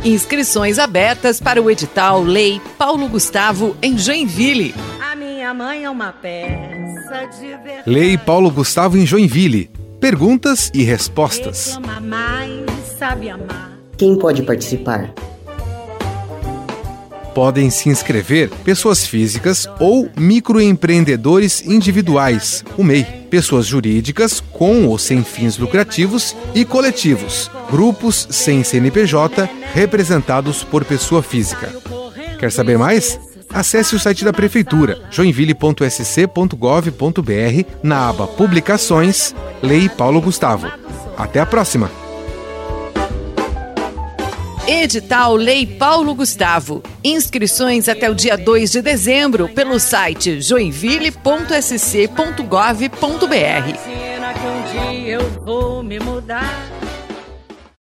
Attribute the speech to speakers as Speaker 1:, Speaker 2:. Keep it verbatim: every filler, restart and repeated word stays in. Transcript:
Speaker 1: Inscrições abertas para o edital Lei Paulo Gustavo em Joinville.
Speaker 2: A minha mãe é uma peça de verdade.
Speaker 3: Lei Paulo Gustavo em Joinville. Perguntas e respostas.
Speaker 2: Reclama mais, sabe amar.
Speaker 4: Quem pode participar?
Speaker 3: Podem se inscrever pessoas físicas ou microempreendedores individuais, o M E I, pessoas jurídicas com ou sem fins lucrativos e coletivos, grupos sem C N P J representados por pessoa física. Quer saber mais? Acesse o site da Prefeitura, joinville ponto s c ponto gov ponto b r, na aba Publicações, Lei Paulo Gustavo. Até a próxima!
Speaker 1: Edital Lei Paulo Gustavo. Inscrições até o dia dois de dezembro pelo site joinville ponto s c ponto gov ponto b r.
Speaker 2: Ensina que um dia eu vou me mudar.